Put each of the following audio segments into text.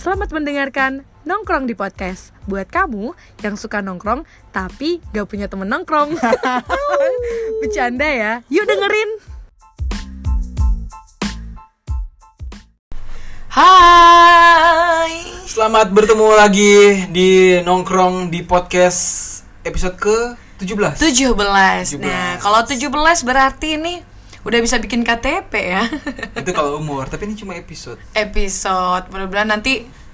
Selamat mendengarkan Nongkrong di Podcast. Buat kamu yang suka nongkrong tapi gak punya temen nongkrong. Bercanda ya, yuk dengerin. Hai, selamat bertemu lagi di Nongkrong di Podcast episode ke-17. 17. Nah, kalau 17 berarti ini udah bisa bikin KTP ya. Itu kalau umur, tapi ini cuma episode. Mudah-mudahan nanti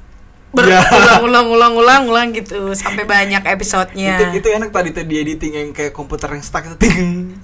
berulang-ulang gitu sampai banyak episodenya. Itu enak tadi di editing yang kayak komputer yang stuck itu ting.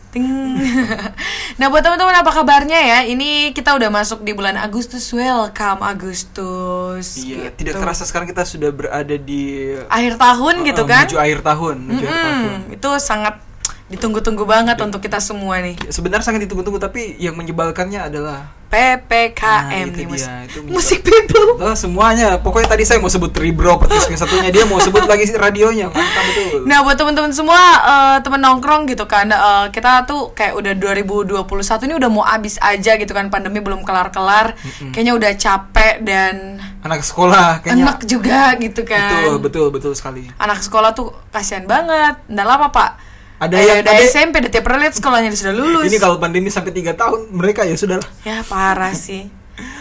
Nah, buat teman-teman apa kabarnya ya? Ini kita udah masuk di bulan Agustus. Welcome Agustus. Iya, gitu. tidak terasa sekarang kita sudah berada di akhir tahun gitu kan? Menuju akhir tahun. Itu sangat ditunggu-tunggu banget untuk kita semua nih. Sebenarnya sangat ditunggu-tunggu, tapi yang menyebalkannya adalah PPKM nih, musik people. Semuanya, pokoknya tadi saya mau sebut Ribro Podcast yang satunya, dia mau sebut lagi radionya, mantap betul. Nah, buat teman-teman semua, teman nongkrong gitu kan, kita tuh kayak udah 2021 ini udah mau abis aja gitu kan, pandemi belum kelar-kelar, kayaknya udah capek dan anak sekolah kayaknya enak juga gitu kan. Betul sekali. Anak sekolah tuh kasihan banget, nggak lama Pak. Ada yang dari SMP, udah tiap lihat sekolahnya sudah lulus. Ini kalau pandemi sampai 3 tahun, mereka ya sudah lah. Ya parah sih.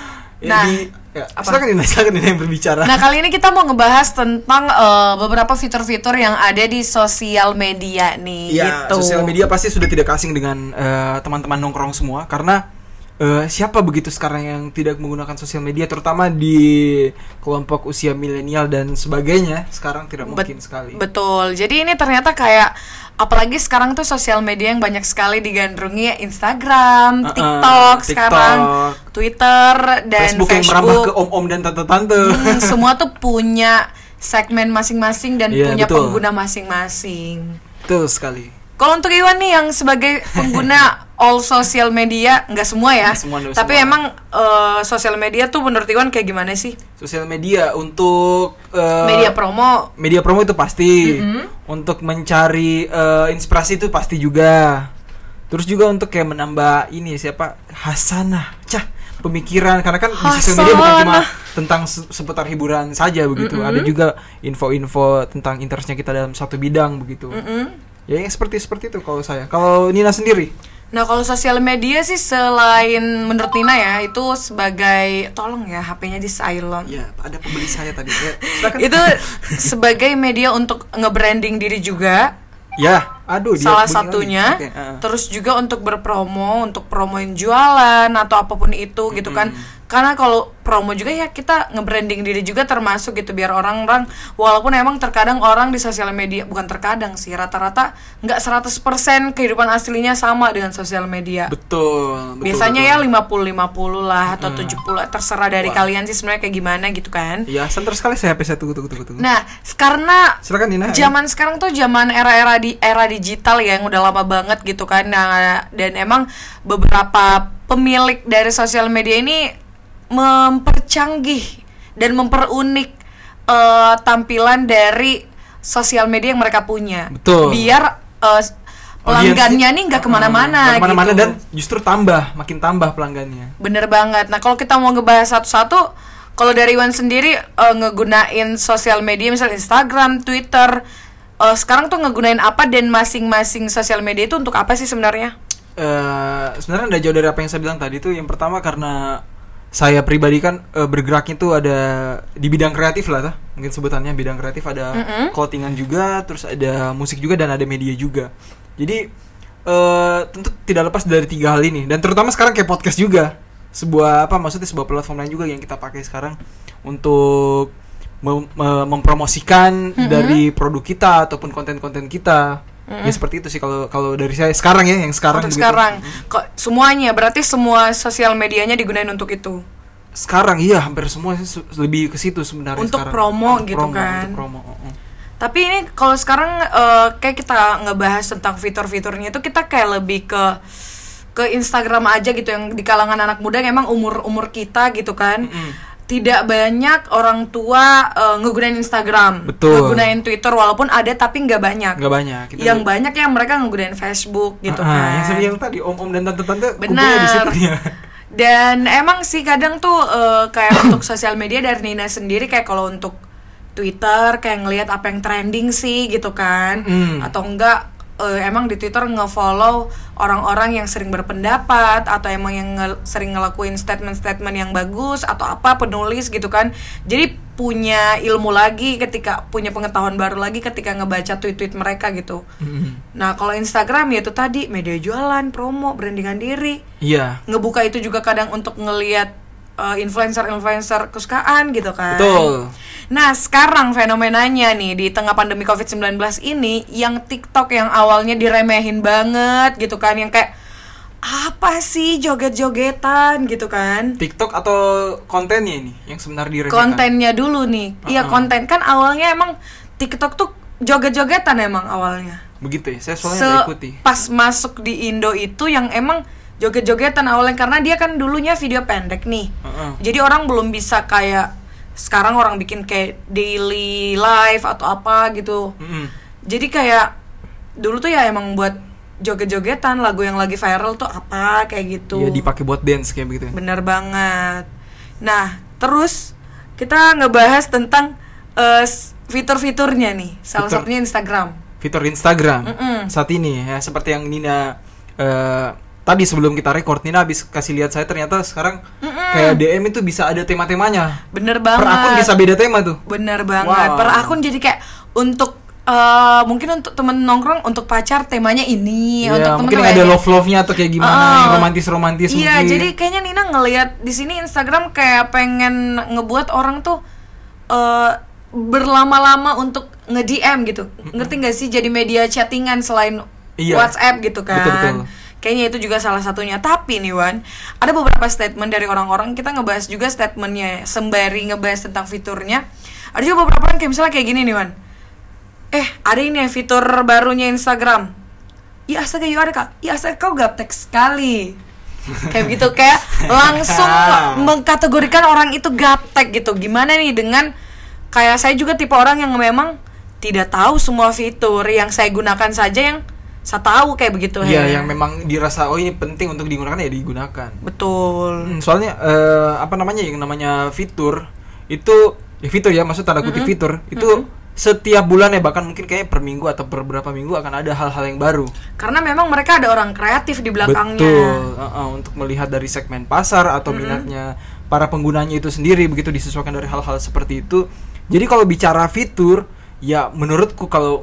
Silakan yang berbicara. Nah, kali ini kita mau ngebahas tentang beberapa fitur-fitur yang ada di sosial media nih. Ya, gitu. Sosial media pasti sudah tidak asing dengan teman-teman nongkrong semua, karena siapa begitu sekarang yang tidak menggunakan sosial media, terutama di kelompok usia milenial dan sebagainya, sekarang tidak mungkin sekali. Betul. Jadi ini ternyata kayak, apalagi sekarang tuh sosial media yang banyak sekali digandrungi ya, Instagram, TikTok sekarang, Twitter, dan Facebook yang merambah ke om-om dan tante-tante. Semua tuh punya segmen masing-masing dan punya pengguna masing-masing. Betul sekali. Kalau untuk Iwan nih yang sebagai pengguna all sosial media, nggak semua ya, tapi emang sosial media tuh menurut Iwan kayak gimana sih? Sosial media untuk media promo itu pasti, untuk mencari inspirasi itu pasti juga. Terus juga untuk kayak menambah ini hasanah, pemikiran, karena kan di sosial media bukan cuma tentang seputar hiburan saja begitu, ada juga info-info tentang interestnya kita dalam satu bidang begitu. Ya yang seperti itu kalau saya. Kalau Nina sendiri? Nah, kalau sosial media sih selain menurut Nina ya, itu sebagai, tolong ya HP-nya di silent. Ya, ada pembeli saya tadi. Ya, itu sebagai media untuk nge-branding diri juga. Ya, salah satunya. Terus juga untuk berpromo, untuk promoin jualan atau apapun itu gitu kan. Karena kalau promo juga ya kita nge-branding diri juga termasuk gitu, biar orang-orang, walaupun emang terkadang orang di sosial media, bukan terkadang sih, rata-rata nggak 100% kehidupan aslinya sama dengan sosial media. Betul. Biasanya ya 50-50 lah atau 70, terserah dari kalian sih sebenarnya kayak gimana gitu kan. Iya, center sekali saya HP saya tunggu. Nah, karena silakan Nina. Zaman sekarang tuh zaman era digital ya, yang udah lama banget gitu kan. Nah, dan emang beberapa pemilik dari sosial media ini mempercanggih dan memperunik tampilan dari sosial media yang mereka punya. Betul. Biar pelanggannya nih nggak kemana-mana gitu. Dan justru makin tambah pelanggannya. Bener banget. Nah, kalau kita mau ngebahas satu-satu, kalau dari Iwan sendiri ngegunain sosial media misalnya Instagram, Twitter, sekarang tuh ngegunain apa, dan masing-masing sosial media itu untuk apa sih sebenarnya? Sebenarnya udah jauh dari apa yang saya bilang tadi tuh. Yang pertama karena saya pribadi kan bergeraknya tuh ada di bidang kreatif lah, mungkin sebutannya bidang kreatif, ada clothingan juga, terus ada musik juga, dan ada media juga. Jadi tentu tidak lepas dari 3 hal ini, dan terutama sekarang kayak podcast juga, sebuah platform lain juga yang kita pakai sekarang untuk mempromosikan dari produk kita ataupun konten-konten kita. Ya seperti itu sih kalau dari saya sekarang ya, yang sekarang. Untuk sekarang, kok semuanya berarti semua sosial medianya digunain untuk itu? Sekarang iya, hampir semua sih lebih ke situ sebenarnya. Untuk sekarang. promo gitu kan. Untuk promo. Tapi ini kalau sekarang kayak kita ngebahas tentang fitur-fiturnya itu, kita kayak lebih ke Instagram aja gitu, yang di kalangan anak muda yang emang umur kita gitu kan. Tidak banyak orang tua ngegunain Instagram, ngegunain Twitter, walaupun ada tapi nggak banyak. Yang banyak yang mereka ngegunain Facebook gitu kan. Yang tadi om-om dan tante-tante kumpulnya di situ ya. Dan emang sih kadang tuh kayak untuk sosial media dari Nina sendiri, kayak kalau untuk Twitter kayak ngelihat apa yang trending sih gitu kan, atau enggak emang di Twitter nge-follow orang-orang yang sering berpendapat atau emang yang sering ngelakuin statement-statement yang bagus atau apa, penulis gitu kan. Jadi punya ilmu lagi ketika punya pengetahuan baru lagi ketika ngebaca tweet-tweet mereka gitu. Nah, kalau Instagram ya itu tadi media jualan, promo, brandingan diri. Iya. Ngebuka itu juga kadang untuk ngelihat influencer kesukaan gitu kan. Betul. Nah, sekarang fenomenanya nih di tengah pandemi COVID-19 ini, yang TikTok yang awalnya diremehin banget gitu kan, yang kayak apa sih joget-jogetan gitu kan. TikTok atau kontennya ini yang sebenarnya diremehkan? Kontennya dulu nih. Iya, konten kan awalnya emang TikTok tuh joget-jogetan emang awalnya. Begitu ya, saya soalnya nggak ikuti. Pas masuk di Indo itu yang emang joget-jogetan awalnya, karena dia kan dulunya video pendek nih. Jadi orang belum bisa kayak sekarang orang bikin kayak daily live atau apa gitu. Jadi kayak dulu tuh ya emang buat joget-jogetan, lagu yang lagi viral tuh apa kayak gitu. Iya, dipakai buat dance kayak begitu. Bener banget. Nah, terus kita ngebahas tentang fitur-fiturnya nih. Salah satunya Instagram. Fitur Instagram saat ini ya, seperti yang Nina tadi sebelum kita record, Nina habis kasih lihat saya, ternyata sekarang kayak DM itu bisa ada tema-temanya. Bener banget. Per akun bisa beda tema tuh. Bener banget. Per akun jadi kayak untuk mungkin untuk temen nongkrong, untuk pacar temanya ini, untuk temen mungkin ada love-love-nya atau kayak gimana, yang romantis-romantis mungkin. Iya, jadi kayaknya Nina ngelihat di sini Instagram kayak pengen ngebuat orang tuh berlama-lama untuk nge-DM gitu. Ngerti gak sih? Jadi media chattingan selain WhatsApp gitu kan. Betul-betul. Kayaknya itu juga salah satunya. Tapi nih Wan, ada beberapa statement dari orang-orang. Kita ngebahas juga statementnya sembari ngebahas tentang fiturnya. Ada juga beberapa orang kayak misalnya kayak gini nih Wan, ada ini ya fitur barunya Instagram. Ya astaga, ada kak. Ya astaga, kau gaptek sekali. Kayak gitu, kayak langsung mengkategorikan orang itu gaptek gitu. Gimana nih dengan kayak saya juga tipe orang yang memang tidak tahu semua fitur, yang saya gunakan saja yang saya tahu kayak begitu. Iya, yang memang dirasa ini penting untuk digunakan ya digunakan. Betul. Soalnya yang namanya fitur itu ya fitur ya, maksud tanda kutip fitur itu setiap bulan ya, bahkan mungkin kayak per minggu atau per beberapa minggu akan ada hal-hal yang baru. Karena memang mereka ada orang kreatif di belakangnya. Betul. Untuk melihat dari segmen pasar atau minatnya para penggunanya itu sendiri, begitu disesuaikan dari hal-hal seperti itu. Jadi kalau bicara fitur, ya menurutku kalau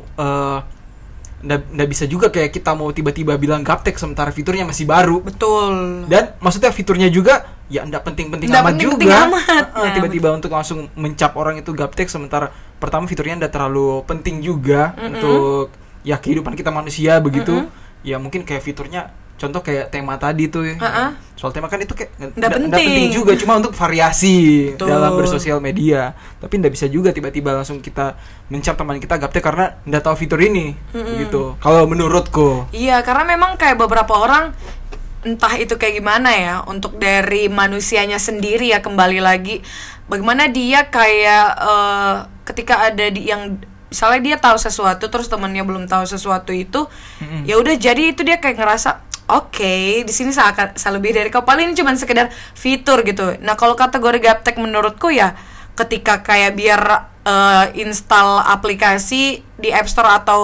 nggak bisa juga kayak kita mau tiba-tiba bilang gaptek sementara fiturnya masih baru. Betul. Dan maksudnya fiturnya juga ya nggak penting-penting amat juga. Tiba-tiba untuk langsung mencap orang itu gaptek sementara pertama fiturnya nggak terlalu penting juga untuk ya kehidupan kita manusia begitu. Ya mungkin kayak fiturnya contoh kayak tema tadi tuh ya. Soal tema kan itu kayak nggak penting juga, cuma untuk variasi dalam bersosial media. Tapi nggak bisa juga tiba-tiba langsung kita mencap teman kita gaptek karena nggak tahu fitur ini gitu. Kalau menurutku. Iya, karena memang kayak beberapa orang entah itu kayak gimana ya, untuk dari manusianya sendiri ya, kembali lagi bagaimana dia kayak ketika ada di yang misalnya dia tahu sesuatu terus temennya belum tahu sesuatu itu, ya udah jadi itu dia kayak ngerasa oke, di sini saya lebih dari kau, paling cuma sekedar fitur gitu. Nah, kalau kategori gaptek menurutku ya ketika kayak biar install aplikasi di App Store atau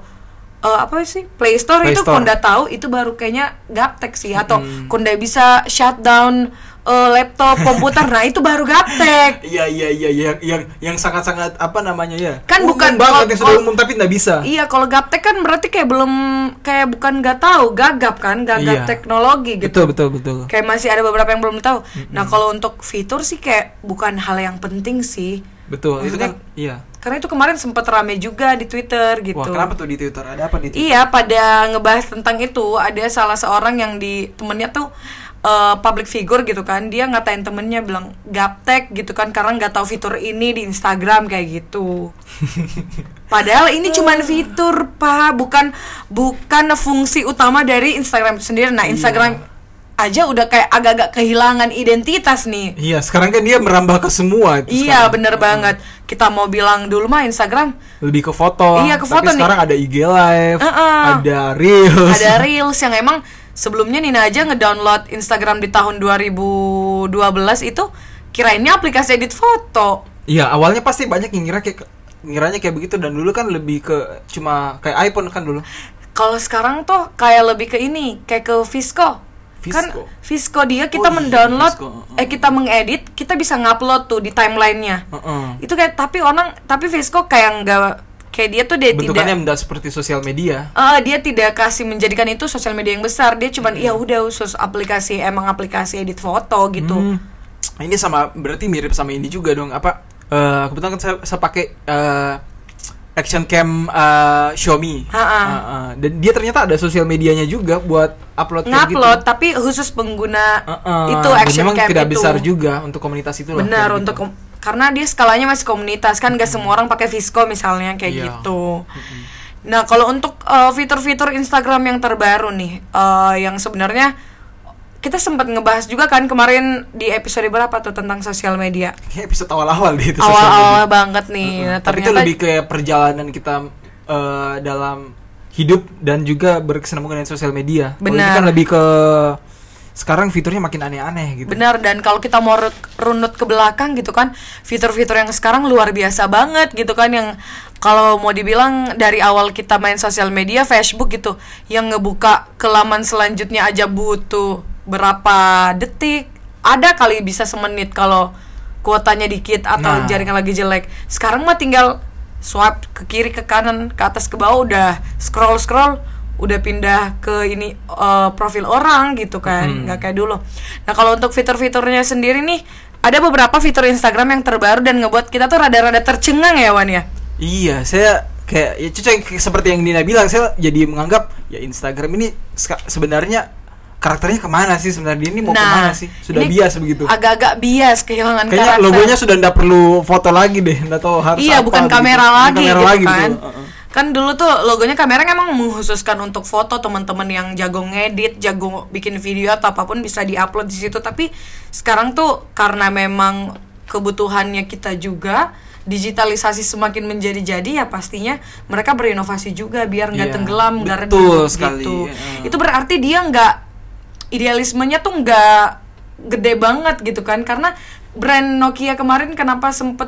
Play Store itu kau nggak tahu, itu baru kayaknya gaptek sih. Atau kau nggak bisa shutdown laptop, komputer, nah itu baru gaptek. Iya, yang sangat-sangat apa namanya ya? Kan bukan banget yang sudah umum tapi nggak bisa. Iya, kalau gaptek kan berarti kayak belum, kayak bukan nggak tahu, gagap kan, gagap teknologi gitu. Betul. Kayak masih ada beberapa yang belum tahu. Nah, kalau untuk fitur sih kayak bukan hal yang penting sih. Betul. Maksudnya, itu kan iya. Karena itu kemarin sempat rame juga di Twitter gitu. Wah, kenapa tuh di Twitter? Ada apa di Twitter? Iya, pada ngebahas tentang itu, ada salah seorang yang di temennya tuh public figure gitu kan, dia ngatain temennya bilang gaptek gitu kan karena nggak tahu fitur ini di Instagram kayak gitu. Padahal ini cuman fitur, Pak, bukan fungsi utama dari Instagram sendiri. Nah, Instagram aja udah kayak agak-agak kehilangan identitas nih. Iya, sekarang kan dia merambah ke semua. Iya, bener banget. Kita mau bilang dulu mah Instagram lebih ke foto. Iya, ke foto nih. Sekarang ada IG Live, ada Reels. Ada Reels yang emang Sebelumnya Nina aja ngedownload Instagram di tahun 2012 itu kirainnya aplikasi edit foto. Iya, awalnya pasti banyak yang ngiranya kayak begitu, dan dulu kan lebih ke cuma kayak iPhone kan dulu. Kalau sekarang tuh kayak lebih ke ini, kayak ke Visco. Kan Visco dia kita mendownload, kita mengedit, kita bisa ngupload tuh di timelinenya. Itu kayak tapi Visco kayak kayak dia tuh bentukannya tidak seperti sosial media. Dia tidak kasih menjadikan itu sosial media yang besar. Dia cuman ya udah khusus aplikasi edit foto gitu. Ini berarti mirip sama ini juga dong. Kebetulan kan saya pakai action cam Xiaomi. Dan dia ternyata ada sosial medianya juga buat upload kayak gitu. Tapi khusus pengguna itu action cam tidak itu. besar juga untuk komunitas itu lah. Benar, untuk karena dia skalanya masih komunitas kan, gak semua orang pakai Visco misalnya kayak gitu. Nah, kalau untuk fitur-fitur Instagram yang terbaru nih, yang sebenarnya kita sempat ngebahas juga kan kemarin di episode berapa tuh tentang sosial media. Kayak episode awal-awal deh itu. Awal-awal banget nih. Nah, tapi itu lebih kayak perjalanan kita dalam hidup dan juga berkesinambungan dengan sosial media. Kalau ini kan lebih ke sekarang fiturnya makin aneh-aneh gitu. Benar, dan kalau kita mau runut ke belakang gitu kan, fitur-fitur yang sekarang luar biasa banget gitu kan, yang kalau mau dibilang dari awal kita main sosial media, Facebook gitu, yang ngebuka ke laman selanjutnya aja butuh berapa detik, ada kali bisa semenit kalau kuotanya dikit atau jaringan lagi jelek. Sekarang mah tinggal swipe ke kiri, ke kanan, ke atas, ke bawah, udah scroll udah pindah ke ini profil orang gitu kan, nggak kayak dulu. Nah, kalau untuk fitur-fiturnya sendiri nih, ada beberapa fitur Instagram yang terbaru dan ngebuat kita tuh rada-rada tercengang ya, Wan ya. Iya, saya kayak ya seperti yang Nina bilang, saya jadi menganggap ya Instagram ini sebenarnya karakternya kemana sih sebenarnya, ini mau kemana sih? Sudah bias begitu. Agak-agak bias, kehilangan kayaknya karakter. Logonya sudah nggak perlu foto lagi deh, nggak tahu harus iya, apa. Bukan kamera lagi gitu kan. Gitu. Kan dulu tuh logonya kamera emang mengkhususkan untuk foto, teman-teman yang jago ngedit, jago bikin video atau apapun bisa diupload di situ. Tapi sekarang tuh karena memang kebutuhannya kita juga, digitalisasi semakin menjadi-jadi, ya pastinya mereka berinovasi juga biar nggak tenggelam, nggak redup gitu. Itu berarti dia idealismenya tuh nggak gede banget gitu kan, karena brand Nokia kemarin kenapa sempet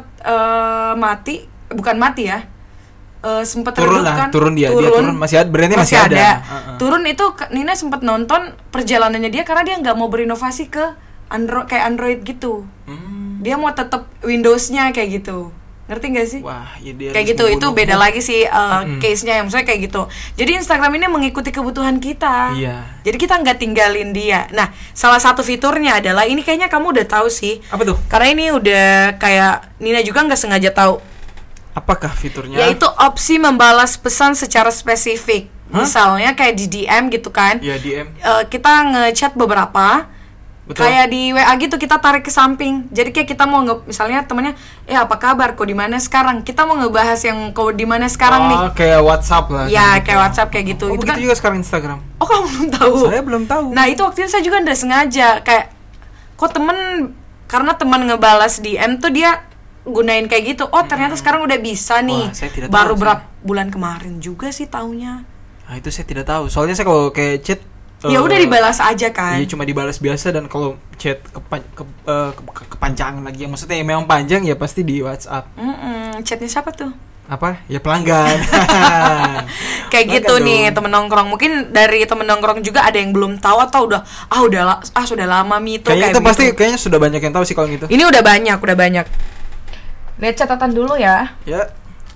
sempat turun redup kan, turun masih ada, brandnya masih ada. Turun itu Nina sempat nonton perjalanannya dia karena dia nggak mau berinovasi ke Android gitu. Dia mau tetap Windows-nya kayak gitu. Ngerti gak sih? Wah, ya dia kayak gitu, itu beda lagi sih case-nya, yang maksudnya kayak gitu. Jadi Instagram ini mengikuti kebutuhan kita. Iya. Jadi kita nggak tinggalin dia. Nah, salah satu fiturnya adalah ini, kayaknya kamu udah tahu sih. Apa tuh? Karena ini udah kayak Nina juga nggak sengaja tahu. Apakah fiturnya? Yaitu opsi membalas pesan secara spesifik. Misalnya kayak di DM gitu kan. Iya, DM. Kita ngechat beberapa. Betul. Kayak di WA gitu, kita tarik ke samping. Jadi kayak kita mau misalnya temennya, apa kabar, kok di mana sekarang? Kita mau ngebahas yang kok di mana sekarang nih. Kayak WhatsApp lah. Ya, kayak WhatsApp kayak gitu. Itu kan juga sekarang Instagram. Oh, kamu belum tahu? Saya belum tahu. Nah, itu waktu itu saya juga udah sengaja kayak karena teman ngebalas DM tuh dia gunain kayak gitu. Oh, ternyata sekarang udah bisa nih. Wah, saya tidak baru tahu, berapa bulan kemarin juga sih taunya. Nah, itu saya tidak tahu. Soalnya saya kalau kayak chat ya udah dibalas aja kan. Iya, cuma dibalas biasa, dan kalau chat kepanjangan lagi, yang maksudnya yang memang panjang ya pasti di WhatsApp. Chatnya siapa tuh? Apa? Ya pelanggan. Kayak gitu nih, temen nongkrong. Mungkin dari temen nongkrong juga ada yang belum tahu atau sudah lama Mito. Kayaknya itu pasti kayaknya sudah banyak yang tahu sih kalau gitu. Ini udah banyak. Lihat catatan dulu ya. Ya.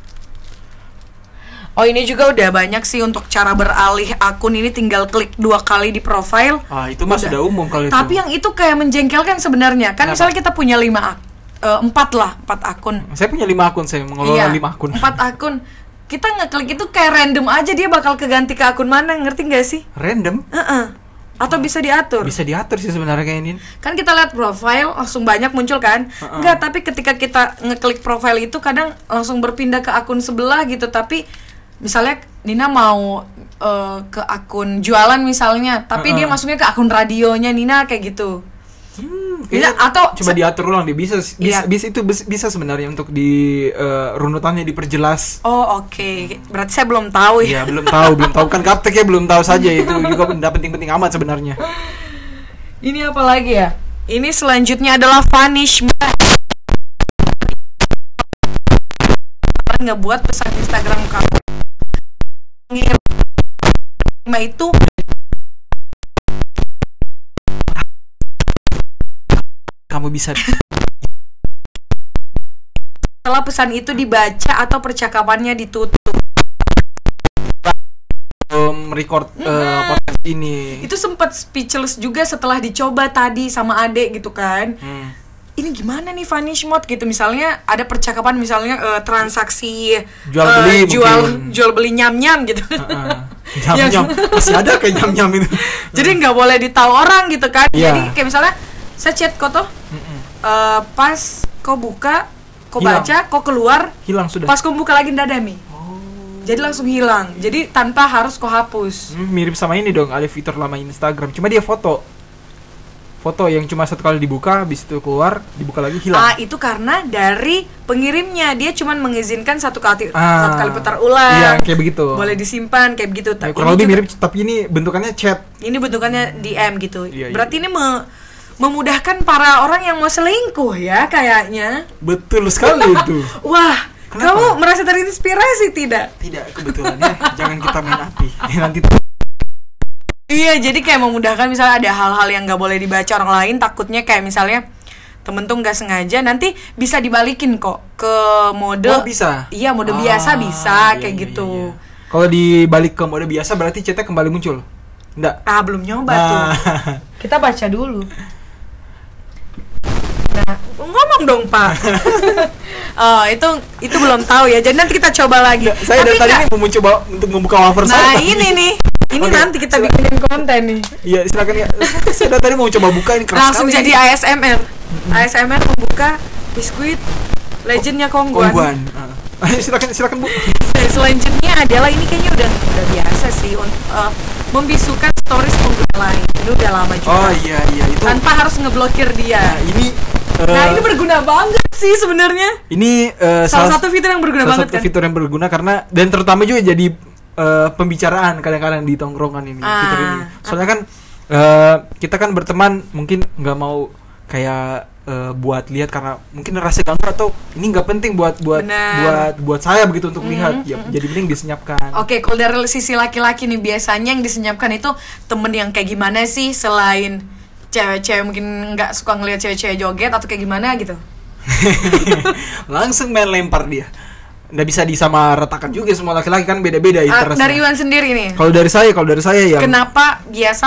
Oh, ini juga udah banyak sih untuk cara beralih akun. Ini tinggal klik 2 kali di profile. Itu mah sudah umum kalau itu. Tapi yang itu kayak menjengkelkan sebenarnya. Kan misalnya kita punya 4 akun. Saya punya 5 akun, saya mengelola 5 akun. 4 akun. Kita ngeklik itu kayak random aja, dia bakal keganti ke akun mana, ngerti gak sih? Random? Atau bisa diatur? Bisa diatur sih sebenarnya kayak ini. Kan kita lihat profile langsung banyak muncul kan? Enggak, tapi ketika kita ngeklik profile itu kadang langsung berpindah ke akun sebelah gitu. Tapi misalnya Nina mau ke akun jualan misalnya, tapi dia masuknya ke akun radionya Nina kayak gitu. Kayaknya atau coba diatur ulang deh, bisa Iya. bisa sebenarnya untuk di runutannya diperjelas. Oh, oke. Berarti saya belum tahu ya. Iya, belum tahu kan gapteknya belum tahu saja, itu juga benda penting-penting amat sebenarnya. Ini apa lagi ya? Ini selanjutnya adalah vanishment. Ngebuat pesan Instagram kamu itu Kamu bisa setelah pesan itu dibaca atau percakapannya ditutup. record podcast ini. Itu sempat speechless juga setelah dicoba tadi sama adek gitu kan. Ini gimana nih vanish mode gitu, misalnya ada percakapan misalnya transaksi jual beli nyam gitu. Nyam masih ada kayak nyam itu. Jadi nggak boleh ditahu orang gitu kan. Iya. Jadi kayak misalnya saya chat kok tuh pas kau buka kau Hilang. baca kau keluar Hilang sudah. pas kau buka lagi ndak ada mi. Jadi langsung hilang. Jadi tanpa harus kau hapus. Mirip sama ini dong, ada fitur lama Instagram, cuma dia foto yang cuma satu kali dibuka, habis itu keluar, dibuka lagi hilang. Itu karena dari pengirimnya, dia cuma mengizinkan satu kali putar Iya, ulang. kayak begitu. Boleh disimpan kayak begitu. Ya, kurang lebih mirip, tapi ini bentukannya chat. Ini bentukannya DM gitu. Iya, Berarti ini memudahkan para orang yang mau selingkuh ya kayaknya. Betul sekali itu. Wah, Kenapa? kamu merasa terinspirasi tidak? Tidak, kebetulan ya. Jangan kita main api. Nanti Iya, jadi kayak memudahkan, misalnya ada hal-hal yang nggak boleh dibaca orang lain, takutnya kayak misalnya temen tuh nggak sengaja, nanti bisa dibalikin kok ke mode. Oh, bisa. Iya, mode biasa bisa iya, kayak iya, gitu. iya. Kalau dibalik ke mode biasa berarti chatnya kembali muncul. Enggak. Belum nyoba tuh. Kita baca dulu. Nah, ngomong dong Pak. itu belum tahu ya. Jadi nanti kita coba lagi. Saya dari tadi nih mau mencoba untuk membuka wafer saya. Nah, ini nih. Ini Oke, nanti kita bikinin konten nih. Iya, silakan ya. Saya dari tadi mau coba buka, ini keras Langsung sekali. jadi ASMR. ASMR membuka biskuit legendnya Kongguan. Ayo silakan Bu. Dan selanjutnya adalah ini kayaknya udah biasa sih untuk membisukan stories pengguna lain. Ini udah lama juga. Oh iya itu. Tanpa harus ngeblokir dia. Nah, ini berguna banget sih sebenarnya. ini Salah satu fitur yang berguna banget kan. fitur yang berguna karena, dan terutama juga jadi pembicaraan kadang-kadang di tongkrongan ini, fitur ini. Soalnya kan kita kan berteman mungkin nggak mau kayak buat lihat karena mungkin rasa ganggu, atau ini nggak penting buat saya begitu untuk lihat, ya jadi mending disenyapkan. Oke, kalau dari sisi laki-laki nih, biasanya yang disenyapkan itu temen yang kayak gimana sih, selain cewek-cewek mungkin nggak suka ngeliat cewek-cewek joget atau kayak gimana gitu? Langsung main lempar dia. Nggak bisa disamaratakan juga, semua laki-laki kan beda-beda interestnya. Dari Iwan sendiri nih. Kalau dari saya ya. Kenapa biasa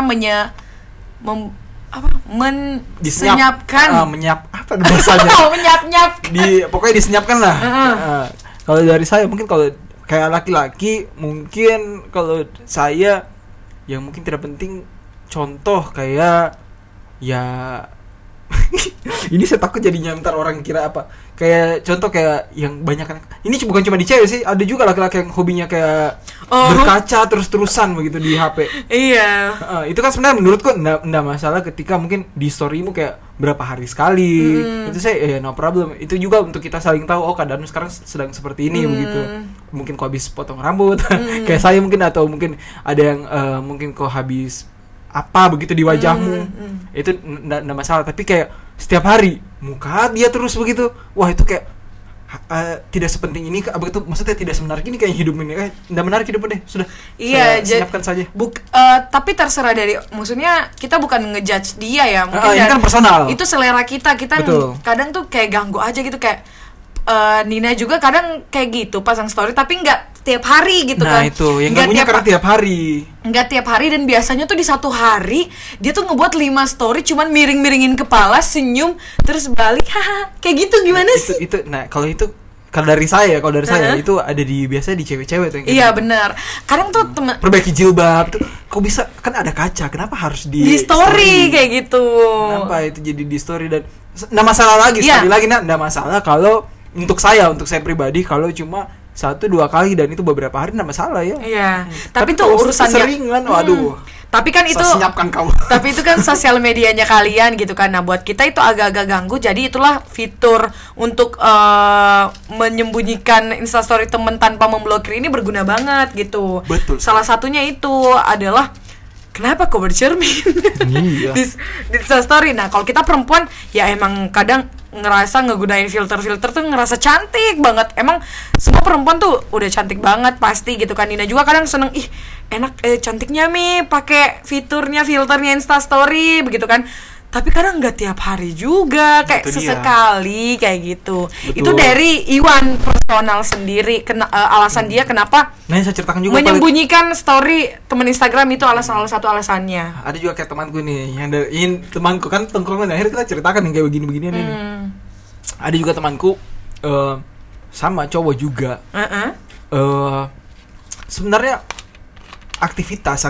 disenyapkan? Apa bahasanya? Menyap-nyap. Pokoknya disenyapkan lah. Kalau dari saya mungkin, kalau kayak laki-laki mungkin, kalau saya yang mungkin tidak penting, contoh kayak ya ini saya takut jadinya ntar orang kira apa, kayak contoh kayak yang banyak kan, ini bukan cuma di cewek sih, ada juga laki-laki yang hobinya kayak berkaca terus-terusan begitu di HP. Iya. Itu kan sebenarnya menurutku enggak masalah ketika mungkin di storymu kayak berapa hari sekali. Itu saya no problem. Itu juga untuk kita saling tahu, oh keadaanmu sekarang sedang seperti ini begitu. Mungkin kau habis potong rambut kayak saya mungkin, atau mungkin ada yang mungkin kau habis apa begitu di wajahmu. Itu enggak masalah, tapi kayak setiap hari muka dia terus begitu, wah itu kayak tidak sepenting ini, begitu, maksudnya tidak semenarik ini kayak hidup ini, kayak tidak menarik hidupnya deh, sudah. Iya, siapkan saja. Tapi terserah dari, maksudnya kita bukan ngejudge dia ya, mungkin ini kan personal. Itu selera kita kadang tuh kayak ganggu aja gitu, kayak Nina juga kadang kayak gitu pasang story tapi nggak tiap hari gitu kan. Nah itu yang ganggunya karena tiap hari. Nggak tiap hari, dan biasanya tuh di satu hari dia tuh ngebuat 5 story cuman miring-miringin kepala, senyum terus balik, haha, kayak gitu. Gimana sih? Kalau dari saya itu ada biasanya di cewek-cewek tuh yang iya gitu. Benar. Kadang tuh perbaiki jilbab tuh, kok bisa, kan ada kaca, kenapa harus di story kayak gitu? Kenapa itu jadi di story? Dan nggak masalah lagi, sekali lagi nggak masalah kalau untuk saya pribadi, kalau cuma 1-2 kali dan itu beberapa hari nggak masalah ya. Iya. Tapi itu urusannya seringan, waduh. Tapi kan itu senyapkan kamu. Tapi itu kan sosial medianya kalian gitu kan. Nah, buat kita itu agak-agak ganggu. Jadi itulah fitur untuk menyembunyikan Instastory temen tanpa memblokir ini berguna banget gitu. Betul. Salah satunya itu adalah kenapa kau bercermin Iya. di Instastory. Nah, kalau kita perempuan ya emang kadang ngerasa ngegunain filter-filter tuh ngerasa cantik banget. Emang semua perempuan tuh udah cantik banget pasti gitu kan. Nina juga kadang seneng, ih enak cantiknya Mi pakai filternya Instastory begitu kan. Tapi kadang nggak tiap hari juga, kayak sesekali kayak gitu. Betul. Itu dari Iwan personal sendiri, alasan dia kenapa Nah, saya ceritakan juga menyembunyikan story temen Instagram itu salah satu alasannya. ada juga kayak temanku nih yang dari temanku kan tongkrongan akhirnya kita ceritakan yang kayak begini-beginian ini. Ada juga temanku sama cowok juga. Sebenarnya aktivitas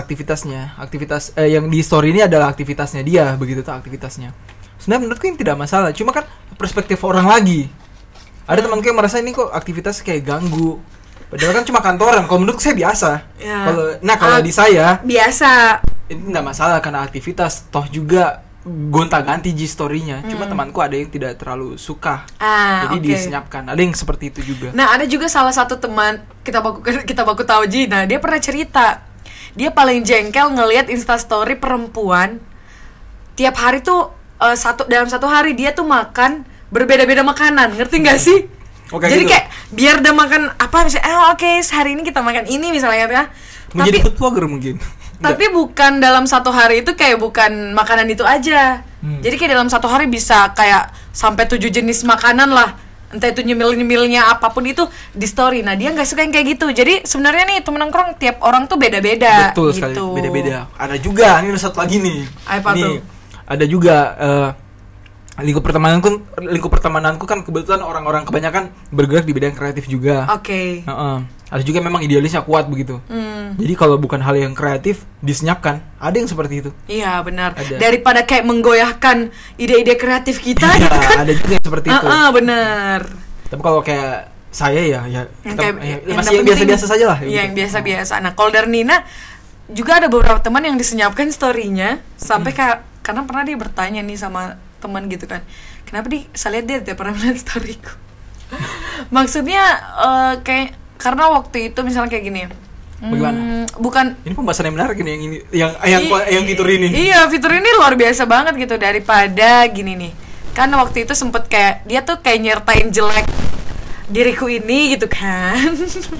yang di story ini adalah aktivitasnya dia, begitu tuh aktivitasnya. Sebenarnya menurutku ini tidak masalah, cuma kan perspektif orang lagi. Ada temanku yang merasa ini kok aktivitas kayak ganggu. Padahal kan cuma kantoran. Kalau menurut saya biasa. Ya. Kalau di saya biasa. Ini tidak masalah karena aktivitas, toh juga gonta-ganti story-nya. Cuma temanku ada yang tidak terlalu suka. Jadi disenyapkan. Ada yang seperti itu juga. Nah, ada juga salah satu teman kita baku tahu Nah, dia pernah cerita. Dia paling jengkel ngelihat Instastory perempuan tiap hari tuh dalam satu hari dia tuh makan berbeda-beda makanan, ngerti nggak sih? Jadi gitu. Kayak biar dia makan apa misalnya, hari ini kita makan ini misalnya ya. Menjadi food vlogger mungkin. Tapi bukan dalam satu hari itu kayak bukan makanan itu aja. Jadi kayak dalam satu hari bisa kayak sampai 7 jenis makanan lah. Entah itu nyemil-nyemilnya apapun itu di story. Nah, dia nggak suka yang kayak gitu. Jadi sebenarnya nih temen nongkrong tiap orang tuh beda-beda. Betul gitu. sekali, beda-beda. Ada juga, ini ada satu lagi nih. Apa tuh? Ada juga lingkup pertemananku kan kebetulan orang-orang kebanyakan bergerak di bidang kreatif juga. Ada juga memang idealisnya kuat begitu. Jadi kalau bukan hal yang kreatif disenyapkan, ada yang seperti itu. Iya benar. Daripada kayak menggoyahkan ide-ide kreatif kita, ya, gitu kan? Ada juga yang seperti itu. Benar. Tapi kalau kayak saya ya kita, yang masih yang biasa-biasa saja lah. Iya, yang biasa-biasa. Nah, kalau dari Nina juga ada beberapa teman yang disenyapkan story-nya sampai karena pernah dia bertanya nih sama teman gitu kan, kenapa saya lihat dia tidak pernah melihat storyku. Maksudnya kayak karena waktu itu misalnya kayak gini. Bagaimana? Bukan. Ini pembahasan yang menarik ini yang fitur ini. Iya, fitur ini luar biasa banget gitu daripada gini nih. Kan waktu itu sempet kayak dia tuh kayak nyertain jelek diriku ini gitu kan.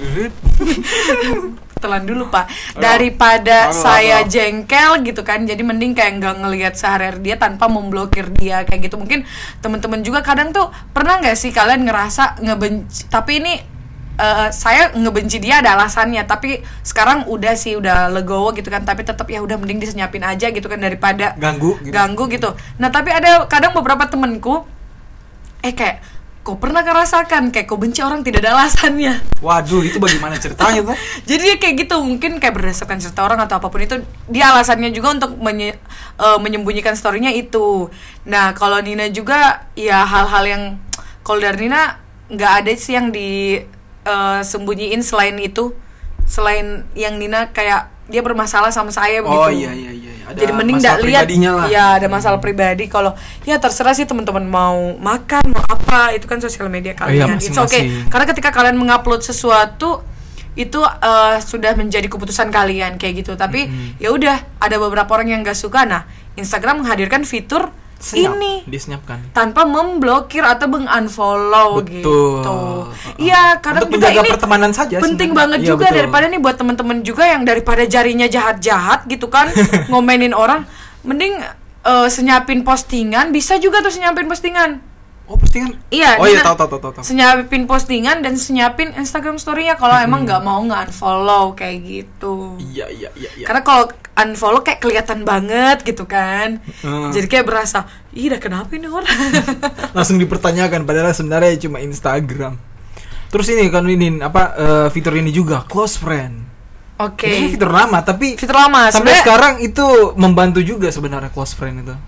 Telan dulu Pak. Daripada saya jengkel gitu kan. Jadi mending kayak nggak ngelihat sehari-hari dia tanpa memblokir dia kayak gitu. Mungkin teman-teman juga kadang tuh pernah nggak sih kalian ngerasa ngebenci, tapi ini saya ngebenci dia ada alasannya, tapi sekarang udah legowo gitu kan, tapi tetap ya udah mending disenyapin aja gitu kan daripada ganggu gitu. Nah, tapi ada kadang beberapa temenku kayak kok pernah ngerasakan kayak kok benci orang tidak ada alasannya. Waduh, itu bagaimana ceritanya tuh? Jadi dia kayak gitu, mungkin kayak berdasarkan cerita orang atau apapun itu, dia alasannya juga untuk menyembunyikan story-nya itu. Nah, kalau Nina juga ya hal-hal yang kalau dari Nina nggak ada sih yang sembunyiin selain itu, selain yang Nina kayak dia bermasalah sama saya begitu. Oh iya. Ada jadi mending tidak lihat ya ada masalah pribadi. Kalau ya terserah sih teman-teman mau makan mau apa, itu kan sosial media kalian. It's okay. Karena ketika kalian mengupload sesuatu itu sudah menjadi keputusan kalian kayak gitu. Tapi ya udah ada beberapa orang yang nggak suka. Nah, Instagram menghadirkan fitur ini disenyapkan tanpa memblokir atau mengunfollow gitu. Iya, kadang untuk juga menjaga ini pertemanan saja penting banget juga daripada nih buat teman-teman juga yang daripada jarinya jahat-jahat gitu kan ngomenin orang, mending senyapin postingan, bisa juga tuh senyapin postingan. Oh, postingan? Iya. Oh iya, tahu. Senyapin postingan dan senyapin Instagram story-nya kalau emang nggak mau nge-unfollow kayak gitu. Iya. Karena kalau unfollow kayak kelihatan banget gitu kan. Jadi kayak berasa, ih udah kenapa ini orang? Langsung dipertanyakan padahal sebenarnya cuma Instagram. Terus ini kan fitur ini juga close friend. Oke. Ini fitur lama tapi sampai sekarang itu membantu juga sebenarnya close friend itu.